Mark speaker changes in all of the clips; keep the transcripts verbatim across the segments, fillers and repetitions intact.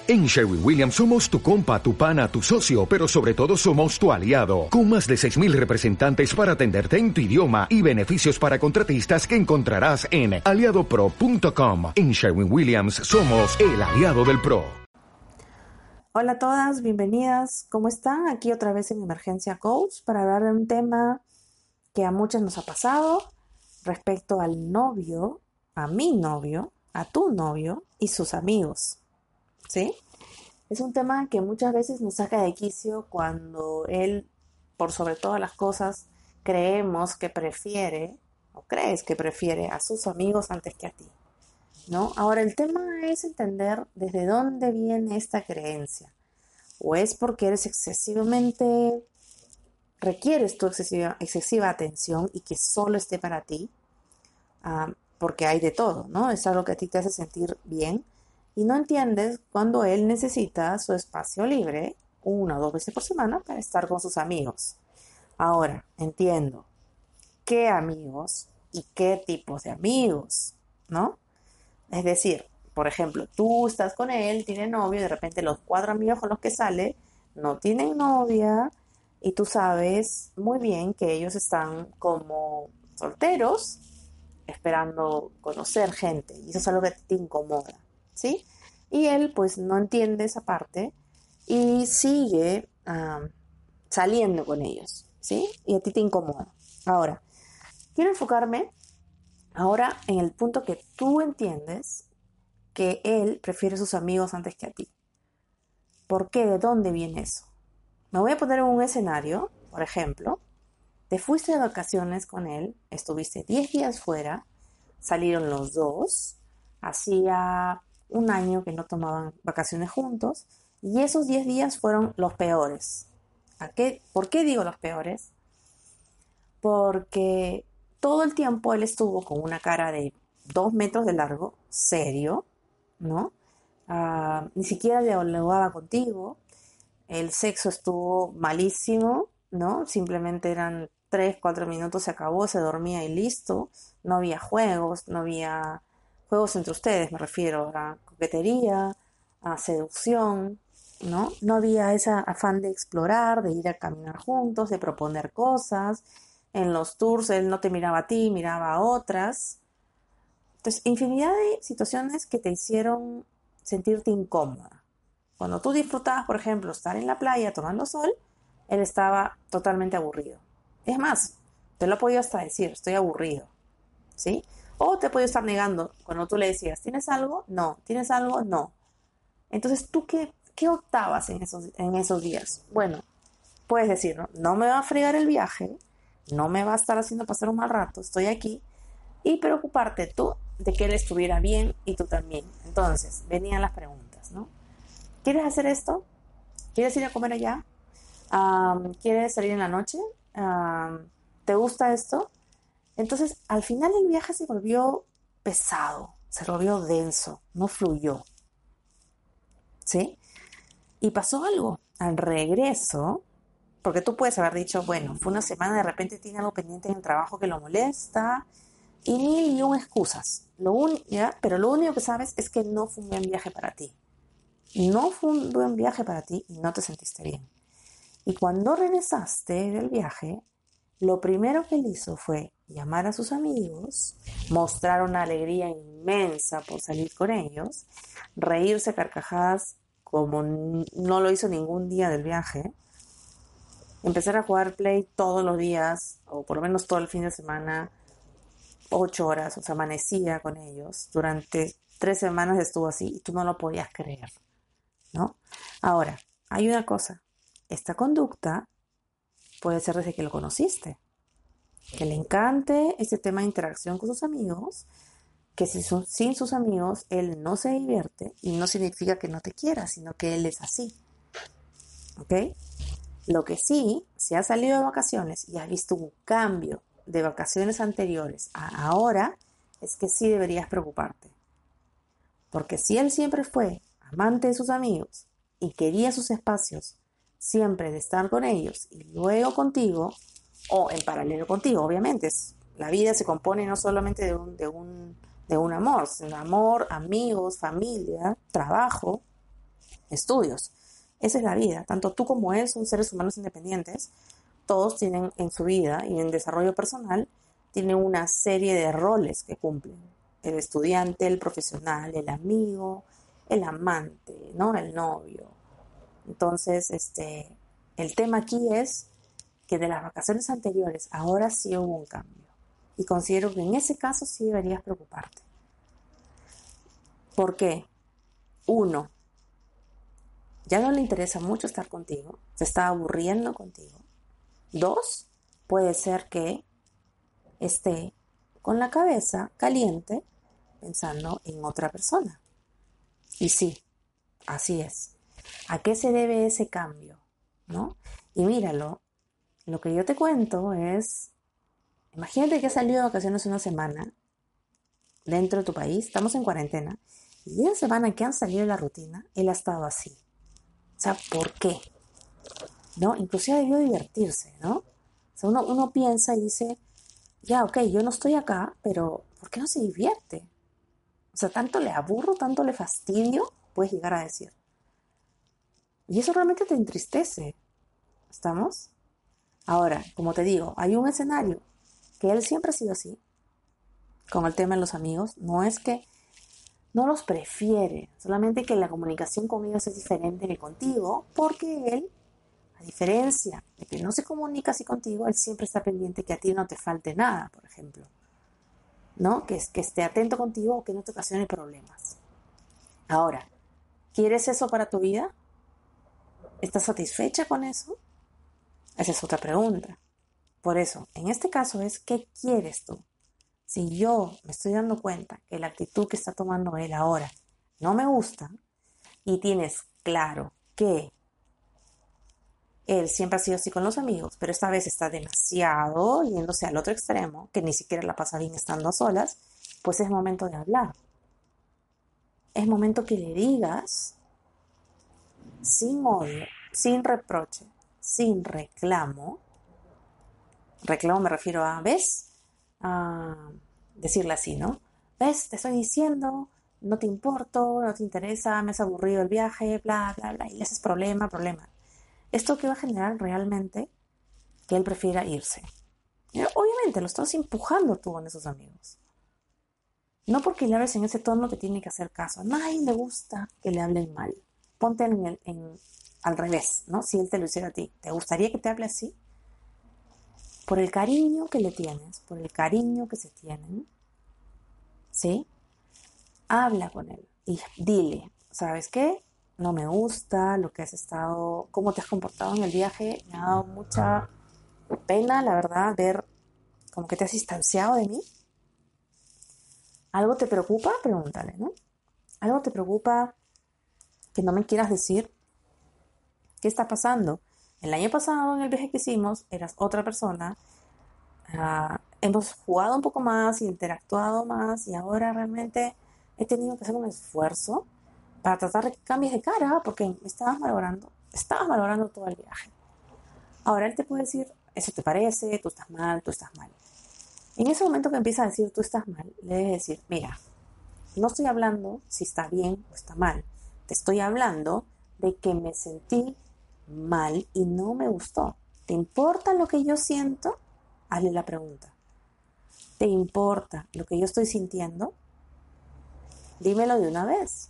Speaker 1: En Sherwin-Williams somos tu compa, tu pana, tu socio, pero sobre todo somos tu aliado, con más de seis mil representantes para atenderte en tu idioma y beneficios para contratistas que encontrarás en aliado pro punto com. En Sherwin-Williams somos el aliado del pro.
Speaker 2: Hola a todas, bienvenidas. ¿Cómo están? Aquí otra vez en Emergencia Coach para hablar de un tema que a muchas nos ha pasado respecto al novio, a mi novio, a tu novio y sus amigos. ¿Sí? Es un tema que muchas veces nos saca de quicio cuando él, por sobre todas las cosas, creemos que prefiere, o crees que prefiere a sus amigos antes que a ti, ¿no? Ahora, el tema es entender desde dónde viene esta creencia. O es porque eres excesivamente, requieres tu excesiva, excesiva atención y que solo esté para ti, uh, porque hay de todo, ¿no? Es algo que a ti te hace sentir bien. Y no entiendes cuando él necesita su espacio libre una o dos veces por semana para estar con sus amigos. Ahora, entiendo qué amigos y qué tipos de amigos, ¿no? Es decir, por ejemplo, tú estás con él, tiene novio, y de repente los cuatro amigos con los que sale no tienen novia y tú sabes muy bien que ellos están como solteros esperando conocer gente y eso es algo que te incomoda, ¿sí? Y él pues no entiende esa parte y sigue um, saliendo con ellos, ¿sí? Y a ti te incomoda. Ahora, quiero enfocarme ahora en el punto que tú entiendes que él prefiere a sus amigos antes que a ti. ¿Por qué? ¿De dónde viene eso? Me voy a poner en un escenario, por ejemplo, te fuiste de vacaciones con él, estuviste diez días fuera, salieron los dos, hacía un año que no tomaban vacaciones juntos y esos diez días fueron los peores. ¿A qué? ¿Por qué digo los peores? Porque todo el tiempo él estuvo con una cara de dos metros de largo, serio, ¿no? Uh, ni siquiera dialogaba contigo, el sexo estuvo malísimo, ¿no? Simplemente eran tres, cuatro minutos, se acabó, se dormía y listo. No había juegos, no había juegos entre ustedes, me refiero a coquetería, a seducción, ¿no? No había ese afán de explorar, de ir a caminar juntos, de proponer cosas. En los tours él no te miraba a ti, miraba a otras. Entonces, infinidad de situaciones que te hicieron sentirte incómoda. Cuando tú disfrutabas, por ejemplo, estar en la playa tomando sol, él estaba totalmente aburrido. Es más, te lo he podido hasta decir, estoy aburrido, ¿sí? O te he podido estar negando cuando tú le decías, ¿tienes algo? No. ¿Tienes algo? No. Entonces, ¿tú qué, qué optabas en esos, en esos días? Bueno, puedes decir, ¿no? No me va a fregar el viaje, no me va a estar haciendo pasar un mal rato, estoy aquí, y preocuparte tú de que él estuviera bien y tú también. Entonces, venían las preguntas, ¿no? ¿Quieres hacer esto? ¿Quieres ir a comer allá? Um, ¿Quieres salir en la noche? Um, ¿Te gusta esto? Entonces, al final el viaje se volvió pesado, se volvió denso, no fluyó, ¿sí? Y pasó algo. Al regreso, porque tú puedes haber dicho, bueno, fue una semana, de repente tiene algo pendiente en el trabajo que lo molesta, y mil y un excusas. Lo un, ¿ya? Pero lo único que sabes es que no fue un buen viaje para ti. No fue un buen viaje para ti y no te sentiste bien. Y cuando regresaste del viaje, lo primero que él hizo fue llamar a sus amigos, mostrar una alegría inmensa por salir con ellos, reírse a carcajadas como no lo hizo ningún día del viaje, empezar a jugar Play todos los días, o por lo menos todo el fin de semana, ocho horas, o sea, amanecía con ellos. Durante tres semanas estuvo así y tú no lo podías creer, ¿no? Ahora, hay una cosa. Esta conducta puede ser desde que lo conociste. Que le encante ese tema de interacción con sus amigos, que si son, sin sus amigos él no se divierte y no significa que no te quiera, sino que él es así. ¿Ok? Lo que sí, si has salido de vacaciones y has visto un cambio de vacaciones anteriores a ahora, es que sí deberías preocuparte. Porque si él siempre fue amante de sus amigos y quería sus espacios siempre de estar con ellos y luego contigo, o en paralelo contigo, obviamente, es, la vida se compone no solamente de un, de un, de un amor, sino amor, amigos, familia, trabajo. estudios. Esa es la vida. Tanto tú como él son seres humanos independientes. Todos tienen en su vida y en desarrollo personal, tienen una serie de roles que cumplen. El estudiante, el profesional, el amigo, el amante, ¿no? El novio. Entonces, este, el tema aquí es que de las vacaciones anteriores, ahora sí hubo un cambio. Y considero que en ese caso sí deberías preocuparte. ¿Por qué? Uno, ya no le interesa mucho estar contigo, se está aburriendo contigo. Dos, puede ser que esté con la cabeza caliente pensando en otra persona. Y sí, así es. ¿A qué se debe ese cambio? ¿No? Y míralo, lo que yo te cuento es, imagínate que has salido de vacaciones una semana dentro de tu país, estamos en cuarentena, y esa semana que han salido de la rutina, él ha estado así. O sea, ¿por qué? ¿No? Inclusive debió divertirse, ¿no? O sea, uno, uno piensa y dice, ya, ok, yo no estoy acá, pero ¿por qué no se divierte? O sea, tanto le aburro, tanto le fastidio, puedes llegar a decir. Y eso realmente te entristece. ¿Estamos? Ahora, como te digo, hay un escenario que él siempre ha sido así, con el tema de los amigos. No es que no los prefiere, solamente que la comunicación con ellos es diferente que contigo, porque él, a diferencia de que no se comunica así contigo, él siempre está pendiente que a ti no te falte nada, por ejemplo. ¿No? Que, que esté atento contigo o que no te ocasione problemas. Ahora, ¿quieres eso para tu vida? ¿Estás satisfecha con eso? Esa es otra pregunta. Por eso, en este caso es, ¿qué quieres tú? Si yo me estoy dando cuenta que la actitud que está tomando él ahora no me gusta y tienes claro que él siempre ha sido así con los amigos, pero esta vez está demasiado yéndose al otro extremo, que ni siquiera la pasa bien estando a solas, pues es momento de hablar. Es momento que le digas, sin odio, sin reproche, sin reclamo. Reclamo me refiero a, ¿ves? A decirle así, ¿no? ¿Ves? Te estoy diciendo, no te importo, no te interesa, me has aburrido el viaje, bla, bla, bla, y le haces problema, problema. ¿Esto qué va a generar realmente? Que él prefiera irse. Y obviamente lo estás empujando tú con esos amigos. No porque le hables en ese tono te tiene que hacer caso. A nadie le gusta que le hablen mal. Ponte en el, en, al revés, ¿no? Si él te lo hiciera a ti, ¿te gustaría que te hable así? Por el cariño que le tienes, por el cariño que se tienen, ¿sí? Habla con él y dile, ¿sabes qué? No me gusta lo que has estado, cómo te has comportado en el viaje. Me ha dado mucha pena, la verdad, ver como que te has distanciado de mí. ¿Algo te preocupa? Pregúntale, ¿no? ¿Algo te preocupa que no me quieras decir? ¿Qué está pasando? El año pasado, en el viaje que hicimos, eras otra persona. Uh, hemos jugado un poco más, interactuado más, y ahora realmente he tenido que hacer un esfuerzo para tratar de que cambies de cara, porque me estabas valorando, estabas valorando todo el viaje. Ahora él te puede decir, eso te parece, tú estás mal, tú estás mal. En ese momento que empieza a decir tú estás mal, le debes decir, mira, no estoy hablando si está bien o está mal. Te estoy hablando de que me sentí mal y no me gustó. ¿Te importa lo que yo siento? Hazle la pregunta. ¿Te importa lo que yo estoy sintiendo? Dímelo de una vez.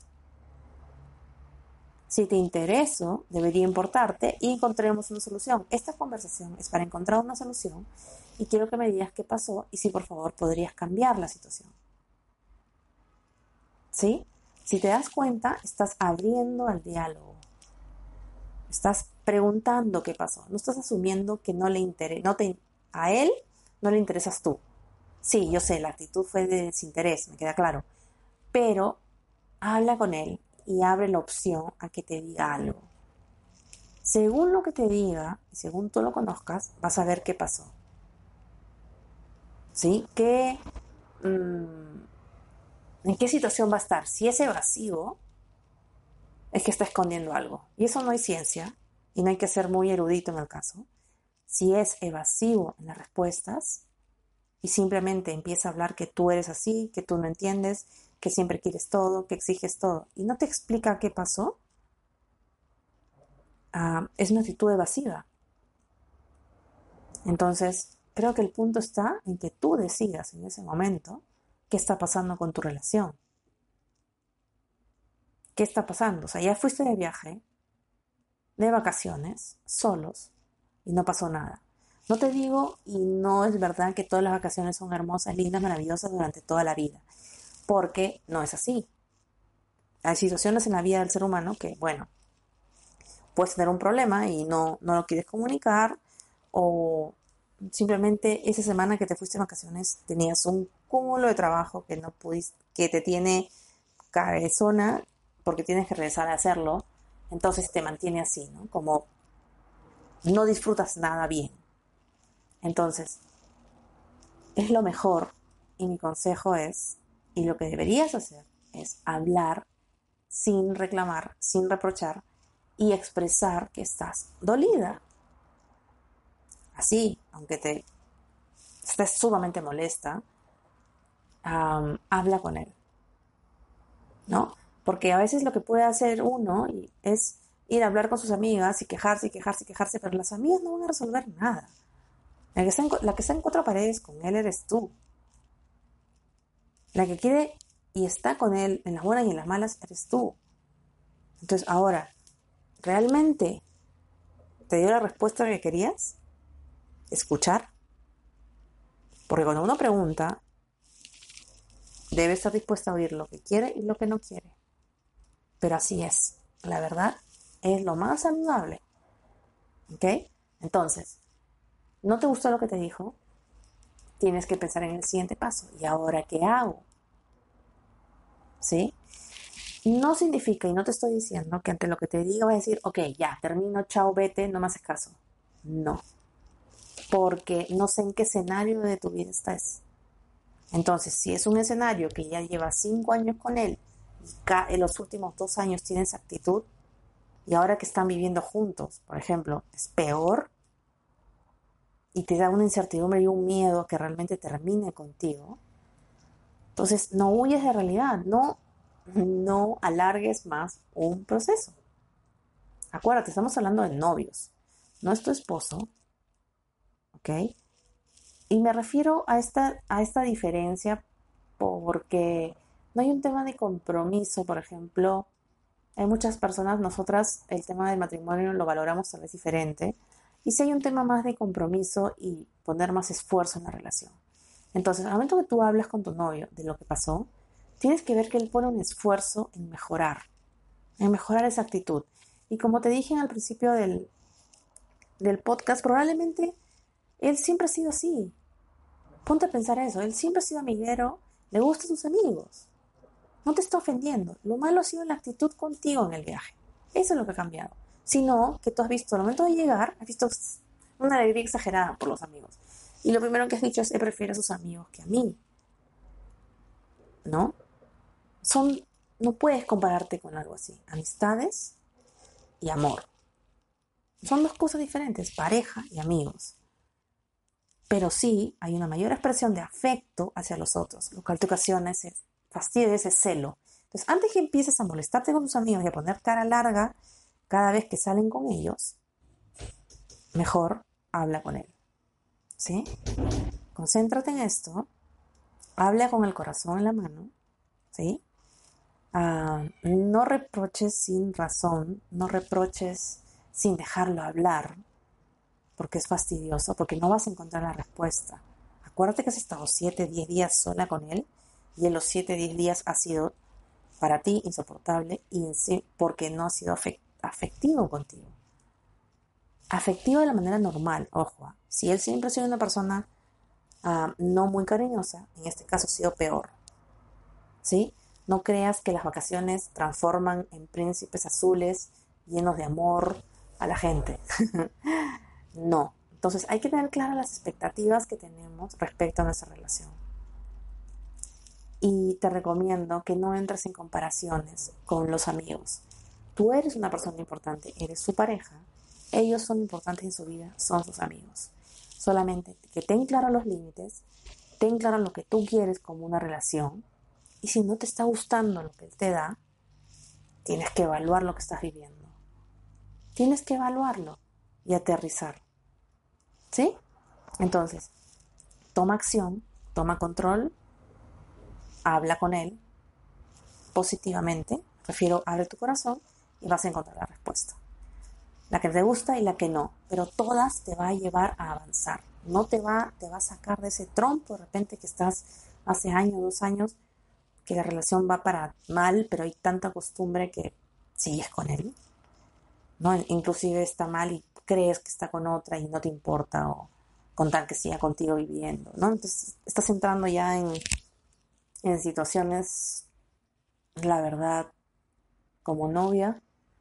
Speaker 2: Si te intereso, debería importarte y encontremos una solución. Esta conversación es para encontrar una solución y quiero que me digas qué pasó y si por favor podrías cambiar la situación. ¿Sí? Si te das cuenta, estás abriendo al diálogo. Estás preguntando qué pasó. No estás asumiendo que no le interesa, no te, a él no le interesas tú. Sí, yo sé, la actitud fue de desinterés, me queda claro. Pero habla con él y abre la opción a que te diga algo. Según lo que te diga, y según tú lo conozcas, vas a ver qué pasó. ¿Sí? ¿Qué, mmm, ¿En qué situación va a estar? Si es evasivo, es que está escondiendo algo. Y eso no hay ciencia, y no hay que ser muy erudito en el caso. Si es evasivo en las respuestas, y simplemente empieza a hablar que tú eres así, que tú no entiendes, que siempre quieres todo, que exiges todo, y no te explica qué pasó, uh, es una actitud evasiva. Entonces, creo que el punto está en que tú decidas en ese momento qué está pasando con tu relación. ¿Qué está pasando? O sea, ya fuiste de viaje, de vacaciones, solos, y no pasó nada. No te digo, y no es verdad que todas las vacaciones son hermosas, lindas, maravillosas durante toda la vida, porque no es así. Hay situaciones en la vida del ser humano que, bueno, puedes tener un problema y no, no lo quieres comunicar, o simplemente esa semana que te fuiste de vacaciones tenías un cúmulo de trabajo que no pudiste, que te tiene cabezona porque tienes que regresar a hacerlo, entonces te mantiene así, ¿no? Como no disfrutas nada bien. Entonces, es lo mejor, y mi consejo es, y lo que deberías hacer, es hablar sin reclamar, sin reprochar, y expresar que estás dolida. Así, aunque te estés sumamente molesta, um, habla con él, ¿no? Porque a veces lo que puede hacer uno es ir a hablar con sus amigas y quejarse y quejarse y quejarse, pero las amigas no van a resolver nada. La que está en, la que está en cuatro paredes con él eres tú. La que quiere y está con él en las buenas y en las malas eres tú. Entonces, ahora, ¿realmente te dio la respuesta que querías? Escuchar. Porque cuando uno pregunta, debe estar dispuesta a oír lo que quiere y lo que no quiere. Pero así es. La verdad es lo más saludable. ¿Ok? Entonces, ¿no te gustó lo que te dijo? Tienes que pensar en el siguiente paso. ¿Y ahora qué hago? ¿Sí? No significa, y no te estoy diciendo que ante lo que te diga vas a decir, ok, ya, termino, chao, vete, no me haces caso. No. Porque no sé en qué escenario de tu vida estás. Entonces, si es un escenario que ya llevas cinco años con él y en los últimos dos años tienes actitud, y ahora que están viviendo juntos, por ejemplo, es peor, y te da una incertidumbre y un miedo a que realmente termine contigo, entonces no huyes de realidad, no, no alargues más un proceso. Acuérdate, estamos hablando de novios, no es tu esposo, ¿ok? Y me refiero a esta, a esta diferencia porque no hay un tema de compromiso, por ejemplo. Hay muchas personas, nosotras el tema del matrimonio lo valoramos tal vez diferente, y si hay un tema más de compromiso y poner más esfuerzo en la relación. Entonces, al momento que tú hablas con tu novio de lo que pasó, tienes que ver que él pone un esfuerzo en mejorar, en mejorar esa actitud. Y como te dije al principio del, del podcast, probablemente él siempre ha sido así. Ponte a pensar eso, él siempre ha sido amiguero, le gustan sus amigos. No te está ofendiendo. Lo malo ha sido la actitud contigo en el viaje. Eso es lo que ha cambiado. Sino que tú has visto, al momento de llegar, has visto una alegría exagerada por los amigos. Y lo primero que has dicho es, él prefiere a sus amigos que a mí. ¿No? Son, no puedes compararte con algo así. Amistades y amor. Son dos cosas diferentes, pareja y amigos. Pero sí hay una mayor expresión de afecto hacia los otros, lo cual te ocasiona ese fastidio, ese celo. Entonces, antes que empieces a molestarte con tus amigos y a poner cara larga cada vez que salen con ellos, mejor habla con él. ¿Sí? Concéntrate en esto, habla con el corazón en la mano, ¿sí? Uh, no reproches sin razón, no reproches sin dejarlo hablar, porque es fastidioso, porque no vas a encontrar la respuesta. Acuérdate que has estado siete, diez días sola con él, y en los siete, diez días ha sido para ti insoportable y en sí porque no ha sido afectivo contigo. Afectivo de la manera normal, ojo. Si él siempre ha sido una persona uh, no muy cariñosa, en este caso ha sido peor. ¿Sí? No creas que las vacaciones transforman en príncipes azules llenos de amor a la gente. No. Entonces hay que tener claras las expectativas que tenemos respecto a nuestra relación. Y te recomiendo que no entres en comparaciones con los amigos. Tú eres una persona importante, eres su pareja. Ellos son importantes en su vida, son sus amigos. Solamente que ten claro los límites, ten claro lo que tú quieres como una relación. Y si no te está gustando lo que él te da, tienes que evaluar lo que estás viviendo. Tienes que evaluarlo y aterrizar. ¿Sí? Entonces, toma acción, toma control, habla con él positivamente, refiero, abre tu corazón y vas a encontrar la respuesta. La que te gusta y la que no, pero todas te va a llevar a avanzar. No te va, te va a sacar de ese trompo de repente que estás hace años, dos años, que la relación va para mal, pero hay tanta costumbre que sigues con él, ¿no? Inclusive está mal y crees que está con otra y no te importa, o con tal que siga contigo viviendo, ¿no? Entonces estás entrando ya en, en situaciones, la verdad, como novia,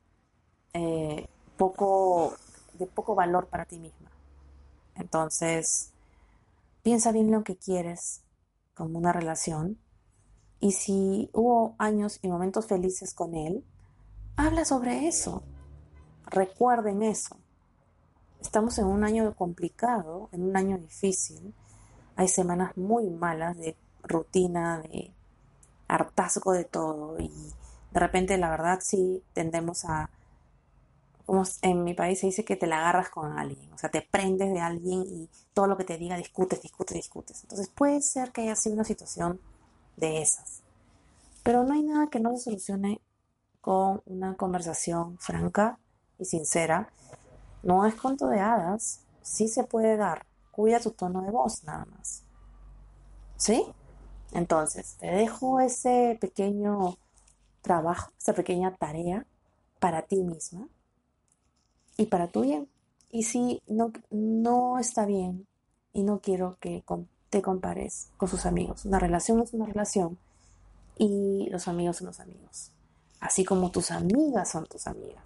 Speaker 2: eh, poco, de poco valor para ti misma. Entonces, piensa bien lo que quieres como una relación, y si hubo años y momentos felices con él, habla sobre eso, recuerden eso. Estamos en un año complicado, en un año difícil, hay semanas muy malas de rutina, de hartazgo de todo, y de repente la verdad sí tendemos a, como en mi país se dice, que te la agarras con alguien, o sea, te prendes de alguien y todo lo que te diga discutes, discutes, discutes. Entonces puede ser que haya sido una situación de esas, pero no hay nada que no se solucione con una conversación franca y sincera. No es cuento de hadas, sí se puede dar. Cuida tu tono de voz nada más. ¿Sí? Entonces, te dejo ese pequeño trabajo, esa pequeña tarea para ti misma y para tu bien. Y si no, no está bien y no quiero que te compares con sus amigos. Una relación es una relación y los amigos son los amigos. Así como tus amigas son tus amigas.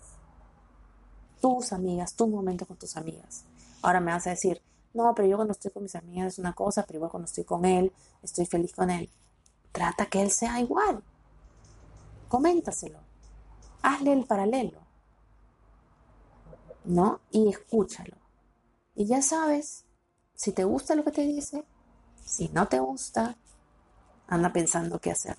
Speaker 2: Tus amigas, tu momento con tus amigas. Ahora me vas a decir, no, pero yo cuando estoy con mis amigas es una cosa, pero igual cuando estoy con él, estoy feliz con él. Trata que él sea igual. Coméntaselo. Hazle el paralelo, ¿no? Y escúchalo. Y ya sabes, si te gusta lo que te dice, si no te gusta, anda pensando qué hacer.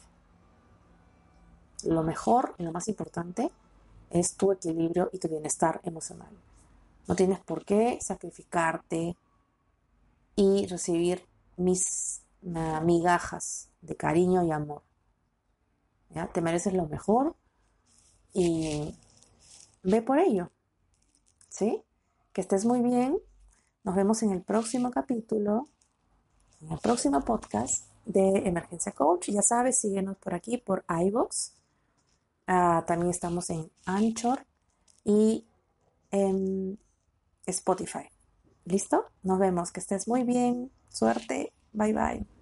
Speaker 2: Lo mejor y lo más importante es tu equilibrio y tu bienestar emocional. No tienes por qué sacrificarte y recibir mis uh, migajas de cariño y amor. ¿Ya? Te mereces lo mejor y ve por ello. ¿Sí? Que estés muy bien. Nos vemos en el próximo capítulo, en el próximo podcast de Emergencia Coach. Ya sabes, síguenos por aquí, por iVoox. Uh, también estamos en Anchor y en Spotify. ¿Listo? Nos vemos. Que estés muy bien. Suerte. Bye bye.